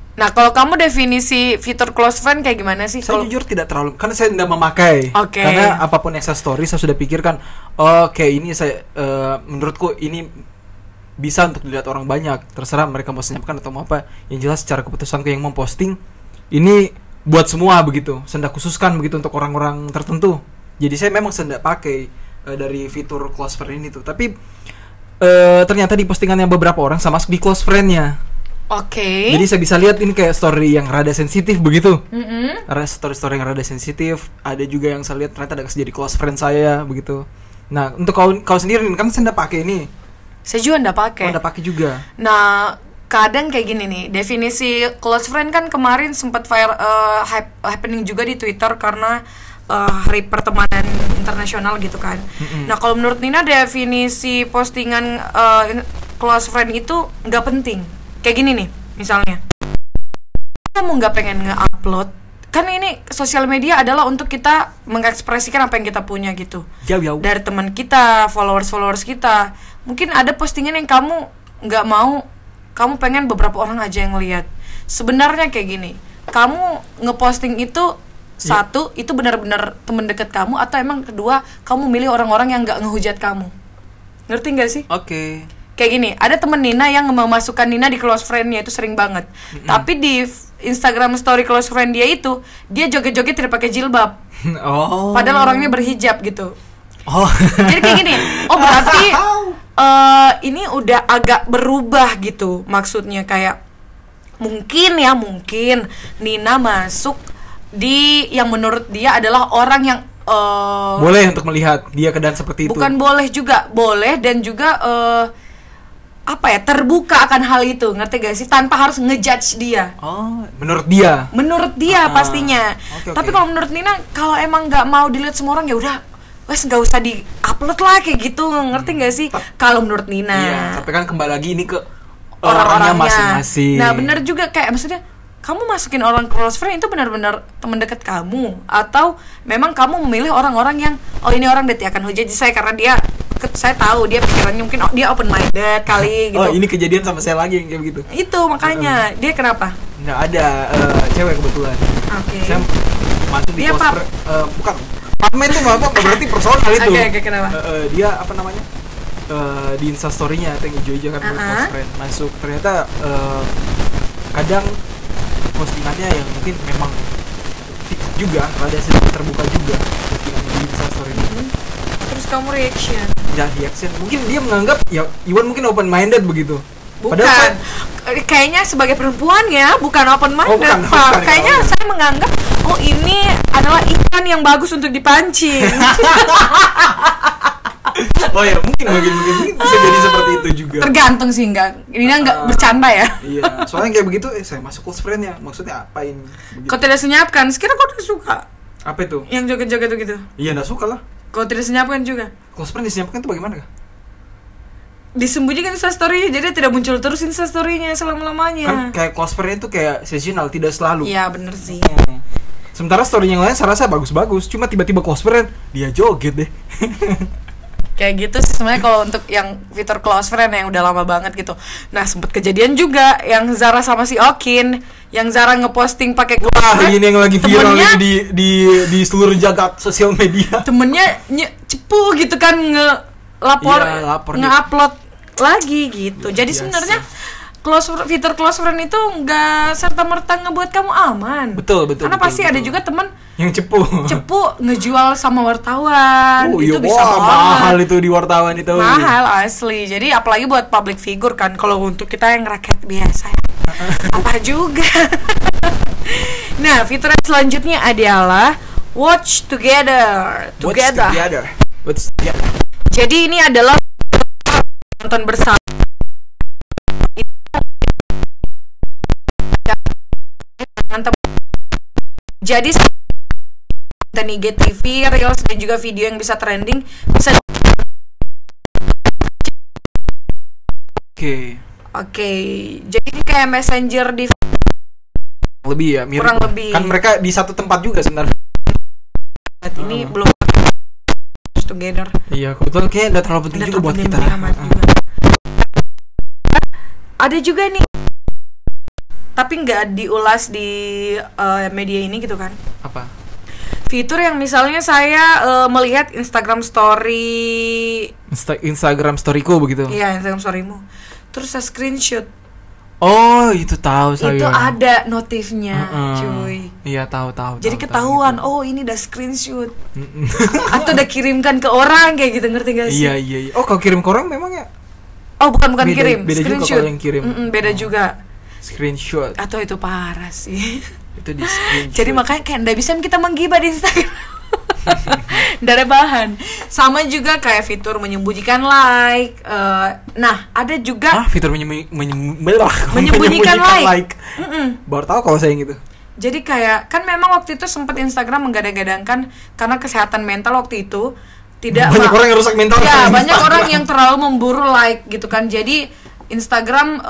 Nah, kalau kamu definisi fitur close friend kayak gimana sih? Saya jujur tidak terlalu, karena saya tidak memakai. Oke. Karena apapun Insta story saya sudah pikirkan, oke ini saya menurutku ini bisa untuk dilihat orang banyak. Terserah mereka mau senyapkan atau mau apa. Yang jelas secara keputusanku yang mau posting ini buat semua begitu. Saya tidak khususkan begitu untuk orang-orang tertentu. Jadi saya memang tidak pakai dari fitur close friend ini tuh. Tapi ternyata di postingannya beberapa orang sama masuk di close friend-nya. Oke. Jadi saya bisa lihat ini kayak story yang rada sensitif begitu. Story yang rada sensitif. Ada juga yang saya lihat ternyata ada jadi close friend saya begitu. Nah, untuk kau sendiri kan saya nggak pakai ini. Saya juga nggak pakai. Oh, nggak pakai juga. Nah, kadang kayak gini nih, definisi close friend kan kemarin sempat happening juga di Twitter karena hari pertemanan internasional gitu kan. Nah, kalau menurut Nina definisi postingan close friend itu nggak penting. Kayak gini nih, misalnya kamu nggak pengen nge-upload, kan ini sosial media adalah untuk kita mengekspresikan apa yang kita punya gitu. Jauh. Dari teman kita, followers kita. Mungkin ada postingan yang kamu nggak mau, kamu pengen beberapa orang aja yang lihat. Sebenarnya kayak gini, kamu ngeposting itu satu, itu benar-benar teman dekat kamu, atau emang kedua, kamu milih orang-orang yang nggak ngehujat kamu. Ngerti nggak sih? Oke. Kayak gini, ada temen Nina yang memasukkan Nina di close friend-nya, itu sering banget. Tapi di Instagram story close friend dia itu, dia joget-joget tidak pakai jilbab. Oh. Padahal orangnya berhijab gitu. Oh. Jadi kayak gini, oh berarti ini udah agak berubah gitu. Maksudnya kayak mungkin Nina masuk di yang menurut dia adalah orang yang boleh untuk melihat dia keadaan seperti itu. Bukan boleh juga, boleh dan juga terbuka akan hal itu, ngerti gak sih, tanpa harus ngejudge dia. Oh, menurut dia pastinya. Okay. Tapi kalau menurut Nina, kalau emang nggak mau dilihat semua orang, ya udah wes nggak usah di upload lah kayak gitu, ngerti gak sih? Kalau menurut Nina. Iya, tapi kan kembali lagi ini ke orang-orangnya masing-masing. Nah, benar juga, kayak maksudnya kamu masukin orang close friend itu benar-benar teman dekat kamu, atau memang kamu memilih orang-orang yang ini orang akan hujat saya karena dia, saya tahu dia pikirannya mungkin dia open minded kali gitu. Oh, ini kejadian sama saya lagi yang kayak begitu. Itu makanya dia kenapa? Nggak ada cewek kebetulan. Oke. Saya masuk di Dia close friend. Bukan. Partner itu apa? Berarti personal itu. Oke, kenapa? Dia apa namanya? Di Insta story-nya yang hijau-hijau kan close friend. Masuk ternyata kadang postingannya yang mungkin memang juga ada sedikit terbuka juga postingannya di Insta story ini. Terus kamu reaction? Ya reaction. Mungkin dia menganggap ya Iwan mungkin open minded begitu. Bukan. Kayaknya sebagai perempuan ya, bukan open minded. Bukan, kayaknya saya menganggap ini adalah ikan yang bagus untuk dipancing. Oh ya, mungkin bisa jadi seperti itu juga. Tergantung sih, ini enggak bercanda ya. Iya, soalnya kayak begitu saya masuk close friend ya. Maksudnya apa ini? Kau tidak senyapkan, sekiranya kau tidak suka. Apa itu? Yang joget-joget itu gitu. Iya, enggak suka lah. Kau tidak senyapkan juga. Close friend disenyapkan itu bagaimana kah? Disembunyikan Instastory, jadi tidak muncul terus Instastory-nya selama-lamanya. Kan kayak close friend itu kayak seasonal, tidak selalu. Iya, bener sih. Sementara story yang lain saya rasa bagus-bagus, cuma tiba-tiba close friend dia joget deh. Kayak gitu sih sebenarnya kalau untuk yang fitur close friend yang udah lama banget gitu. Nah, sempet kejadian juga yang Zara sama si Okin, yang Zara ngeposting pakai close friend. Ini yang lagi viral ini di seluruh jagat sosial media. Temennya cepu gitu kan nge-upload lagi gitu. Jadi sebenarnya fitur close friend itu nggak serta-merta ngebuat kamu aman. Betul. Karena pasti ada juga teman yang cepu ngejual sama wartawan. Itu bisa mahal itu di wartawan itu. Mahal asli. Jadi apalagi buat public figure kan. Kalau untuk kita yang rakyat biasa apa juga. Nah, fitur yang selanjutnya adalah watch together. Jadi ini adalah nonton bersama. Jadi konten IGTV, Reels dan juga video yang bisa trending bisa. Oke. Jadi ini kayak Messenger di lebih ya, mirip. Kurang lebih. Kan mereka di satu tempat juga sebenarnya. Ini belum together. Iya, kebetulan kayaknya udah terlalu penting juga buat kita. Ada juga nih. tapi nggak diulas di media ini gitu kan. Apa? Fitur yang misalnya saya melihat Instagram story. Instagram storyku begitu. Iya, Instagram storymu. Terus saya screenshot. Oh, itu tahu saya. Itu ada notifnya, cuy. Iya, tahu. Jadi ketahuan, gitu. Oh ini udah screenshot. Atau udah kirimkan ke orang kayak gitu, ngerti gak sih? Iya. Oh, kalau kirim ke orang memang ya? Oh, bukan kirim, beda screenshot. Juga kalau yang kirim. Beda juga. Screenshot. Atau itu parah sih. Itu di screenshot. Jadi makanya kayak nggak bisa kita menggibah di Instagram. Nggak ada bahan. Sama juga kayak fitur menyembunyikan like. Nah, ada juga fitur menyembunyikan like. Baru tahu kalau saya gitu. Jadi kayak kan memang waktu itu sempat Instagram menggadang-gadangkan karena kesehatan mental waktu itu tidak banyak orang yang rusak mental. Ya, banyak orang yang terlalu memburu like gitu kan. Jadi Instagram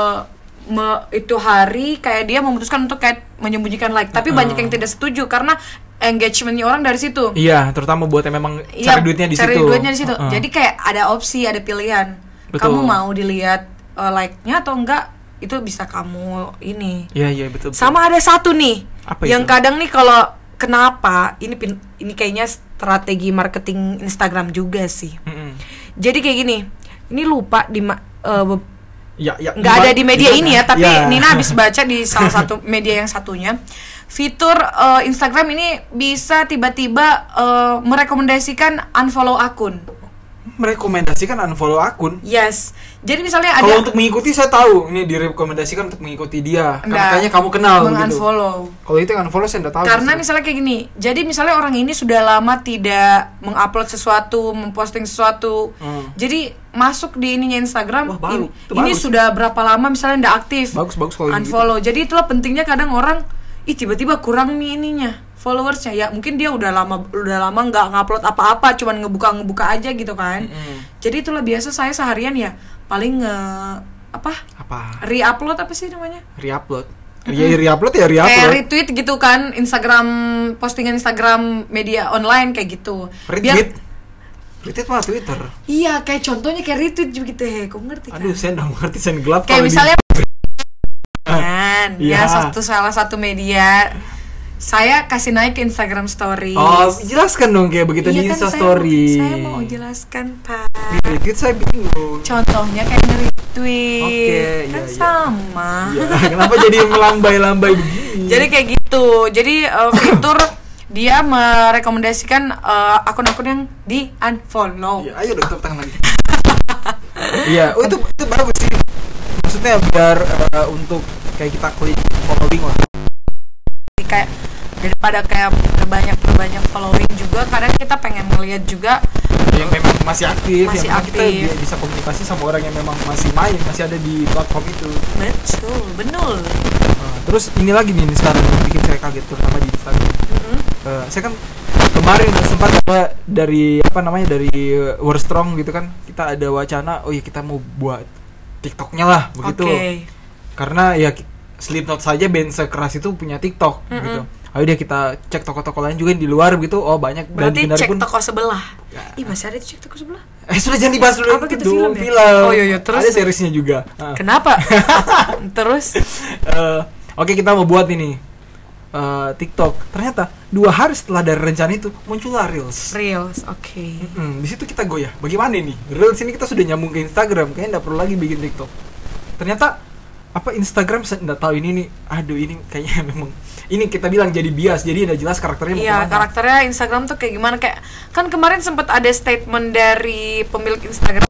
itu hari kayak dia memutuskan untuk kayak menyembunyikan like, tapi banyak yang tidak setuju karena engagementnya orang dari situ. Iya, terutama buat yang memang cari duitnya di situ. Cari duitnya di situ. Jadi kayak ada opsi, ada pilihan. Betul. Kamu mau dilihat like-nya atau enggak? Itu bisa kamu ini. Iya, betul. Sama ada satu nih. Apa yang itu? Kadang nih kalau kenapa ini kayaknya strategi marketing Instagram juga sih. Jadi kayak gini. Ini lupa di nggak ada di media ini ya, tapi Nina habis baca di salah satu media yang satunya, fitur Instagram ini bisa tiba-tiba merekomendasikan unfollow akun. Merekomendasikan unfollow akun? Yes. Jadi misalnya ada. Kalau untuk mengikuti saya tahu ini direkomendasikan untuk mengikuti dia. Karena kayaknya kamu kenal gitu. Kalau itu unfollow saya nggak tahu. Karena misalnya kayak gini. Jadi misalnya orang ini sudah lama tidak mengupload sesuatu, memposting sesuatu. Jadi masuk di ininya Instagram. Wah, ini sudah berapa lama misalnya nggak aktif. Bagus kalau unfollow. Gitu. Jadi itulah pentingnya kadang orang tiba-tiba kurang nih ininya followersnya, ya mungkin dia udah lama nggak ngupload apa-apa, cuman ngebuka aja gitu kan. Jadi itulah biasa saya seharian ya paling re-upload apa sih namanya? Re-upload. Re-upload. Kayak retweet gitu kan, Instagram, postingan Instagram media online kayak gitu. Retweet mah Twitter. Iya, kayak contohnya kayak retweet gitu kamu ngerti kan? Aduh, saya nggak ngerti, saya gelap. Kayak misalnya salah satu media saya kasih naik ke Instagram story. Oh, jelaskan dong kayak begitu di Insta story. Saya mau jelaskan, Pak. Retweet saya bingung. Contohnya kayak nge-retweet. Kan sama. Ya, kenapa jadi melambai-lambai begini? Jadi kayak gitu. Jadi fitur dia merekomendasikan akun-akun yang di unfollow. Ya, ayo dong tepuk tangan lagi. Iya, itu bagus sih. Maksudnya biar untuk kayak kita klik following lah. Kayak daripada kayak perbanyak following juga, kadang kita pengen ngeliat juga yang memang masih aktif, aktif. Kita bisa komunikasi sama orang yang memang masih main, masih ada di platform itu. Betul. Terus ini lagi nih sekarang yang bikin saya kaget, terutama di Instagram. Saya kan kemarin sempat dari World Strong gitu kan, kita ada wacana, kita mau buat TikToknya lah begitu. Karena ya Slipknot saja band sekeras itu punya TikTok gitu. Ayo deh kita cek toko-toko lain juga yang di luar gitu. Oh, banyak. Berarti cek pun toko sebelah. Ya. Masih ada cek toko sebelah? Sudah, jangan dibahas dulu. Apa gitu, film ya? Oh iya, terus ada seriesnya juga. Kenapa? Terus oke, kita mau buat ini TikTok. Ternyata 2 hari setelah dari rencana itu muncullah Reels. Oke. Di situ kita goyah. Bagaimana nih? Reels ini kita sudah nyambung ke Instagram, kayaknya nggak perlu lagi bikin TikTok. Ternyata Instagram saya nggak tahu ini nih. Aduh, ini kayaknya memang ini kita bilang jadi bias, jadi udah jelas karakternya. Iya, karakternya Instagram tuh kayak gimana, kayak kan kemarin sempat ada statement dari pemilik Instagram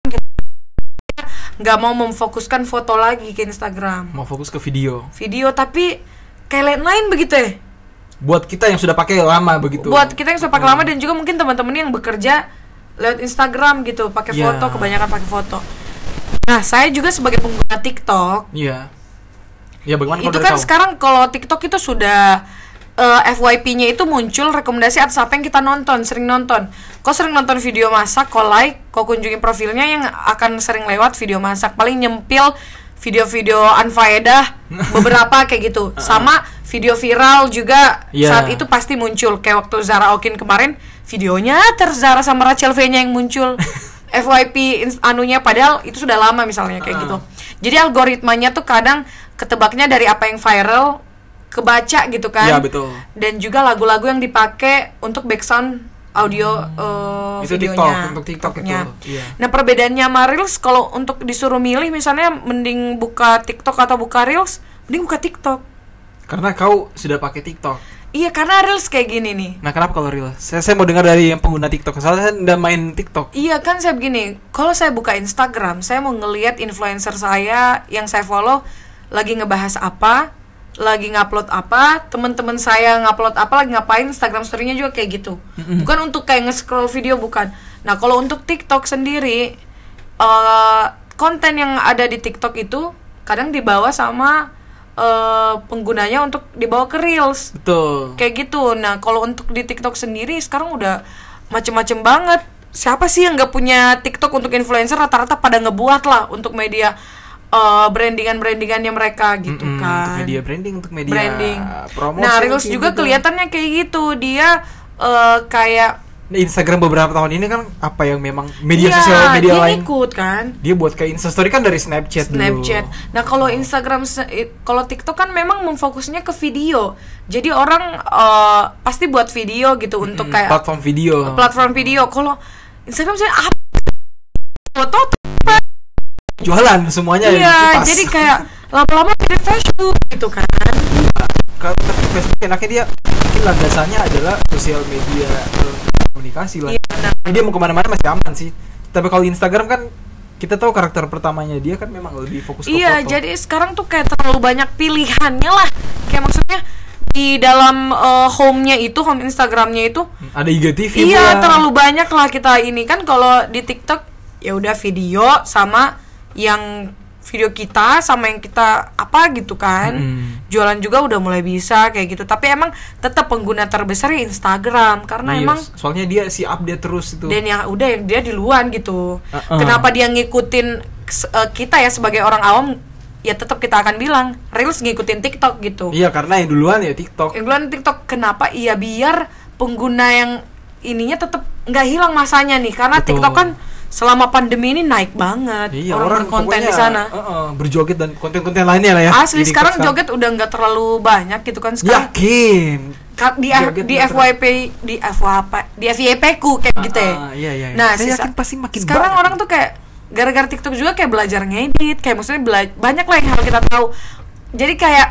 nggak mau memfokuskan foto lagi ke Instagram, mau fokus ke video tapi kayak lain begitu ya. Buat kita yang sudah pakai lama begitu. Buat kita yang sudah pakai lama dan juga mungkin teman-teman yang bekerja lewat Instagram gitu, pakai foto, kebanyakan pakai foto. Nah, saya juga sebagai pengguna TikTok. Iya. Ya, bagaimana itu kan sekarang kalau TikTok itu sudah FYP-nya itu muncul rekomendasi atas apa yang kita sering nonton. Kau sering nonton video masak, kau like, kau kunjungi profilnya yang akan sering lewat video masak. Paling nyempil video-video unfaedah beberapa kayak gitu. Sama video viral juga saat itu pasti muncul. Kayak waktu Zara Okin kemarin, videonya Zara sama Rachel V-nya yang muncul. FYP anunya, padahal itu sudah lama misalnya kayak gitu. Jadi algoritmanya tuh kadang ketebaknya dari apa yang viral kebaca gitu kan. Iya, betul. Dan juga lagu-lagu yang dipakai untuk background audio Itu videonya. untuk TikTok itu. Iya. Nah, perbedaannya sama Reels, kalau untuk disuruh milih misalnya mending buka TikTok atau buka Reels, mending buka TikTok. Karena kau sudah pakai TikTok. Iya, karena Reels kayak gini nih. Nah, kenapa kalau Reels? Saya mau dengar dari yang pengguna TikTok. Soalnya saya udah main TikTok. Iya kan, saya begini, kalau saya buka Instagram, saya mau ngelihat influencer saya yang saya follow lagi ngebahas apa, lagi ngupload apa, teman-teman saya ngupload apa, lagi ngapain, Instagram story-nya juga kayak gitu. Bukan untuk kayak nge-scroll video, bukan. Nah, kalau untuk TikTok sendiri, konten yang ada di TikTok itu kadang dibawa sama penggunanya untuk dibawa ke Reels. Betul. Kayak gitu. Nah, kalau untuk di TikTok sendiri sekarang udah macem-macem banget. Siapa sih yang nggak punya TikTok untuk influencer? Rata-rata pada ngebuat lah untuk media brandingannya mereka gitu kan. Untuk media branding, untuk media branding. promosi. Nah, Reels juga kelihatannya kayak gitu. Dia kayak Instagram beberapa tahun ini kan apa yang memang media iya, sosial media dia lain ikut kan. Dia buat kayak Instastory kan dari Snapchat dulu. Nah, kalau Instagram kalau TikTok kan memang memfokusnya ke video. Jadi orang pasti buat video gitu untuk kayak platform video. Kalau Instagram saya apa foto jualan semuanya. iya, jadi kayak lama-lama jadi Facebook gitu kan. Kalau Facebook enaknya dia mungkin landasannya adalah sosial media komunikasi lah. Iya, Jadi dia mau kemana-mana masih aman sih. Tapi kalau Instagram kan kita tahu karakter pertamanya dia kan memang lebih fokus ke iya, foto. jadi sekarang tuh kayak terlalu banyak pilihannya lah. Kayak maksudnya di dalam home-nya itu, home Instagramnya itu ada IGTV. iya, terlalu banyak lah kita ini kan. Kalau di TikTok ya udah video sama yang video kita sama yang kita apa gitu kan. Jualan juga udah mulai bisa kayak gitu. Tapi emang tetap pengguna terbesar ya Instagram karena emang soalnya dia si update terus itu. dan yang udah yang dia duluan gitu. Kenapa dia ngikutin kita ya sebagai orang awam? Ya tetap kita akan bilang Reels ngikutin TikTok gitu. Iya, karena yang duluan ya TikTok. Yang duluan TikTok. Kenapa? Iya biar pengguna yang ininya tetap nggak hilang masanya nih, karena Betul. TikTok kan selama pandemi ini naik banget. Iya, orang berkonten di sana. Berjoget dan konten-konten lainnya lah ya. Asli sekarang joget udah nggak terlalu banyak gitu kan sekarang. Yakin. Di FYP di FYP ku kayak gitu ya. Iya. Nah, saya yakin pasti makin sekarang banyak. orang tuh kayak gara-gara TikTok juga kayak belajar ngedit, kayak maksudnya banyak lah yang hal kita tahu. Jadi kayak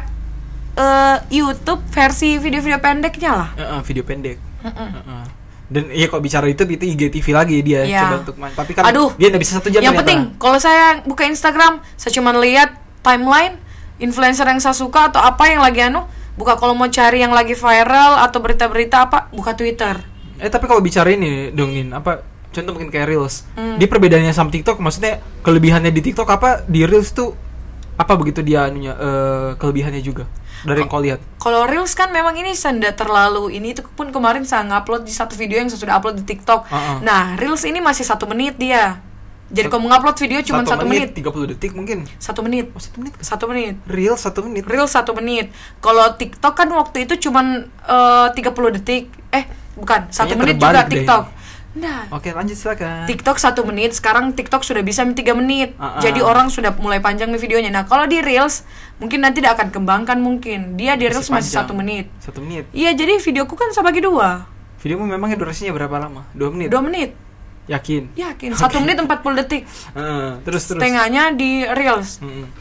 YouTube versi video-video pendeknya lah. Video pendek. Dan iya kok bicara itu IGTV lagi dia coba untuk main. Tapi kan dia nggak bisa 1 jam. Yang penting kalau saya buka Instagram, saya cuma lihat timeline influencer yang saya suka atau apa yang lagi buka. Kalau mau cari yang lagi viral atau berita-berita apa, buka Twitter. Tapi kalau bicara ini dongin apa? Contoh mungkin kayak Reels. Di perbedaannya sama TikTok, maksudnya kelebihannya di TikTok apa, di Reels tuh apa begitu dia kelebihannya juga dari yang kau lihat? Kalau Reels kan memang ini tidak terlalu ini, itu pun kemarin saya ngupload di satu video yang saya sudah upload di TikTok. Nah, Reels ini masih 1 menit dia. Jadi kalau mengupload video cuma 1 menit 30 detik mungkin. 1 menit. 1 menit. Reels 1 menit. Reels 1 menit. Kalau TikTok kan waktu itu cuma 30 detik. Bukan, 1 menit juga TikTok. Nah, oke, lanjut silakan. TikTok 1 menit, sekarang TikTok sudah bisa 3 menit. Jadi orang sudah mulai panjang nih videonya. Nah, kalau di Reels mungkin nanti dia akan kembangkan mungkin. Dia di Reels masih 1 menit. 1 menit. Iya, jadi videoku kan saya bagi 2. Videomu memangnya durasinya berapa lama? 2 menit. 2 menit. Yakin? 1 menit 40 detik. Terus. Setengahnya di Reels.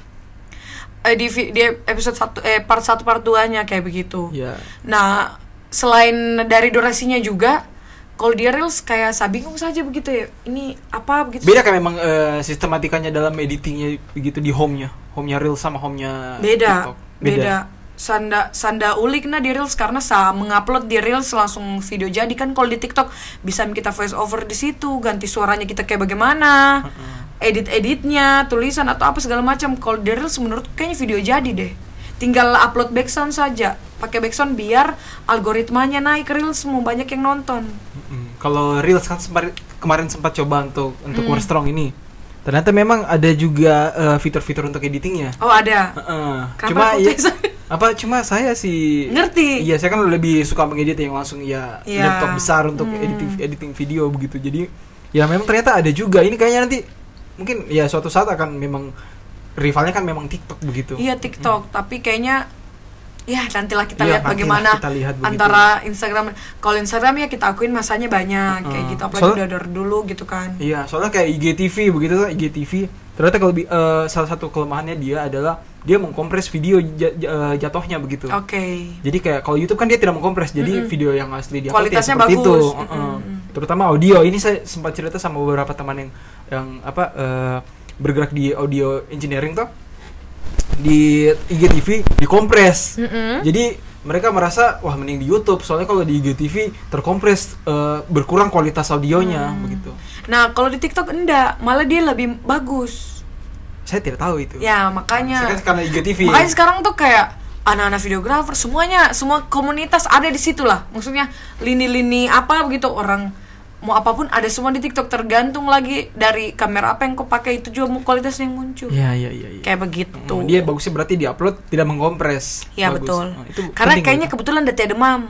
Di episode 1 part 1 part 2-nya kayak begitu. Yeah. Nah, selain dari durasinya juga, kalau di Reels kayak saya bingung saja begitu ya. Ini apa begitu? Beda kan memang sistematikanya dalam editingnya begitu di home-nya Reels sama home-nya TikTok. Beda. Sanda ulik di Reels karena saya mengupload di Reels langsung video jadi kan. Kalau di TikTok bisa kita voice over di situ, ganti suaranya kita kayak bagaimana, edit-editnya, tulisan atau apa segala macam. Kalau di Reels menurut kayaknya video jadi deh. Tinggal upload background saja, pakai background biar algoritmanya naik Reels, mau banyak yang nonton. Kalau Reels kan kemarin sempat coba untuk War Strong ini. Ternyata memang ada juga fitur-fitur untuk editingnya. Oh, ada. Cuma saya sih ngerti. Iya, saya kan lebih suka mengedit yang langsung laptop besar untuk editing video begitu. Jadi ya memang ternyata ada juga. Ini kayaknya nanti mungkin ya suatu saat akan memang rivalnya kan memang TikTok begitu. Iya TikTok, tapi kayaknya ya nantilah kita Iya, lihat nantilah bagaimana kita lihat begitu. antara Instagram. Kalau Instagram ya kita akuin masanya banyak kayak gitu, apalagi udah dari dulu gitu kan. Iya, soalnya kayak IGTV begitu tuh, IGTV ternyata kalau salah satu kelemahannya dia adalah dia mengkompres video jatuhnya begitu. Oke. Jadi kayak kalau YouTube kan dia tidak mengkompres, jadi video yang asli dia Kualitasnya seperti bagus. itu. Terutama audio. Ini saya sempat cerita sama beberapa teman yang bergerak di audio engineering tuh, di IGTV dikompres. Jadi mereka merasa wah mending di YouTube, soalnya kalau di IGTV terkompres, berkurang kualitas audionya begitu. Nah kalau di TikTok enggak, malah dia lebih bagus. Saya tidak tahu itu. Ya makanya. Saya kan karena IGTV. Makanya sekarang tuh kayak anak-anak videografer semua komunitas ada di situ lah. Maksudnya lini-lini apa begitu, orang mau apapun ada semua di TikTok, tergantung lagi dari kamera apa yang kau pakai, itu juga kualitasnya yang muncul. Iya. Kayak begitu. Dia bagusnya berarti diupload tidak mengkompres. Iya Bagus. betul. Itu karena penting, kayaknya gitu. kebetulan ada demam.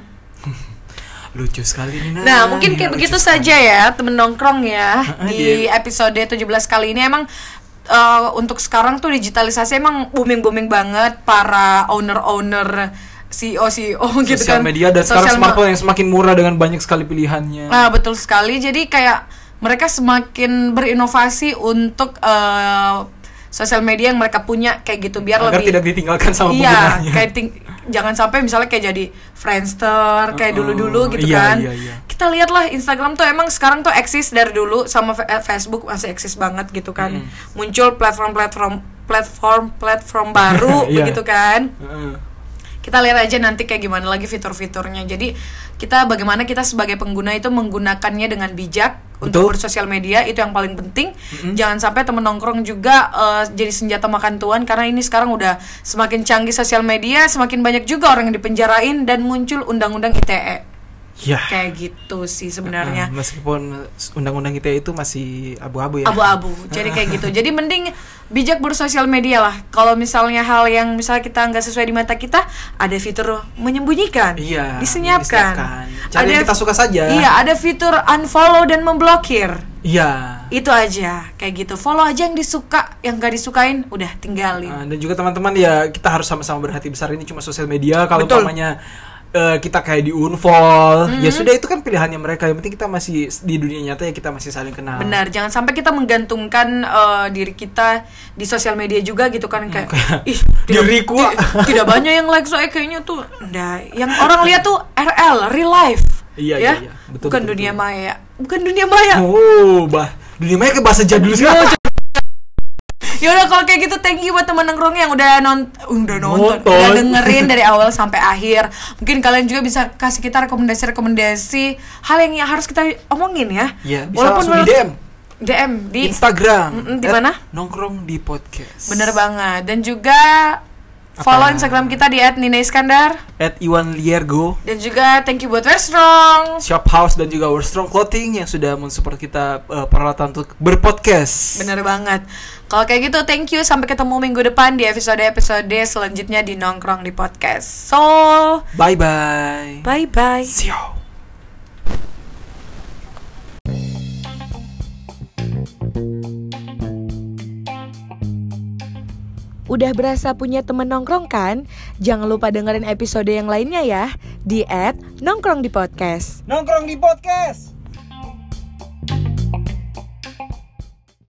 Lucu sekali nih. Nah, mungkin kayak begitu saja ya temen nongkrong ya di dia. episode 17 kali ini. Emang untuk sekarang tuh digitalisasi emang booming banget, para owner CEO gitu Sosial kan. media dan sekarang smartphone yang semakin murah dengan banyak sekali pilihannya. Nah, betul sekali. Jadi kayak mereka semakin berinovasi untuk sosial media yang mereka punya kayak gitu, biar agar lebih tidak ditinggalkan sama iya, penggunanya. kayak jangan sampai misalnya kayak jadi Friendster kayak dulu-dulu gitu iya, kan. iya. Kita lihatlah Instagram tuh emang sekarang tuh eksis dari dulu, sama Facebook masih eksis banget gitu kan. Muncul platform baru Iya. begitu kan. Kita lihat aja nanti kayak gimana lagi fitur-fiturnya. Jadi bagaimana kita sebagai pengguna itu menggunakannya dengan bijak. Betul. Untuk bersosial media, itu yang paling penting. Jangan sampai temen nongkrong juga jadi senjata makan tuan, karena ini sekarang udah semakin canggih sosial media, semakin banyak juga orang yang dipenjarain dan muncul undang-undang ITE. Ya. Kayak gitu sih sebenarnya. Meskipun undang-undang ITE itu masih abu-abu ya. Abu-abu. Jadi kayak gitu. Jadi mending bijak bersosial media lah. Kalau misalnya hal yang misalnya kita nggak sesuai di mata kita, ada fitur menyembunyikan. Iya. Disenyapkan. Cari yang kita suka saja. Iya, ada fitur unfollow dan memblokir. Iya. Itu aja kayak gitu. Follow aja yang disuka, yang nggak disukain udah tinggalin. Dan juga teman-teman ya, kita harus sama-sama berhati besar, ini cuma sosial media. Kalau Betul. umpamanya kita kayak di unfollow, ya sudah, itu kan pilihannya mereka. Yang penting kita masih di dunia nyata, ya kita masih saling kenal. Benar, jangan sampai kita menggantungkan diri kita di sosial media juga gitu kan, kayak diriku tidak banyak yang like, soalnya kayaknya tuh yang orang lihat tuh real life. Iya, ya? iya. Betul, bukan betul, dunia betul. maya. Bukan dunia maya. Oh, dunia maya ke bahasa jadul sekali. Yaudah kalau kayak gitu, thank you buat teman nongkrong yang udah nonton, udah dengerin dari awal sampai akhir. Mungkin kalian juga bisa kasih kita rekomendasi hal yang harus kita omongin ya. Iya, bisa langsung di DM di Instagram. Di mana? Nongkrong di podcast. Bener banget. Dan juga follow Instagram kita di @ninaiskandar, @iwanliergo. dan juga thank you buat Wear Strong Shop House dan juga Wear Strong Clothing yang sudah mensupport kita peralatan untuk berpodcast. Bener banget. Kalau kayak gitu, thank you. Sampai ketemu minggu depan di episode selanjutnya di Nongkrong di Podcast. So, bye-bye. Bye-bye. See you. Udah berasa punya temen nongkrong kan? Jangan lupa dengerin episode yang lainnya ya di @nongkrong di podcast. Nongkrong di podcast.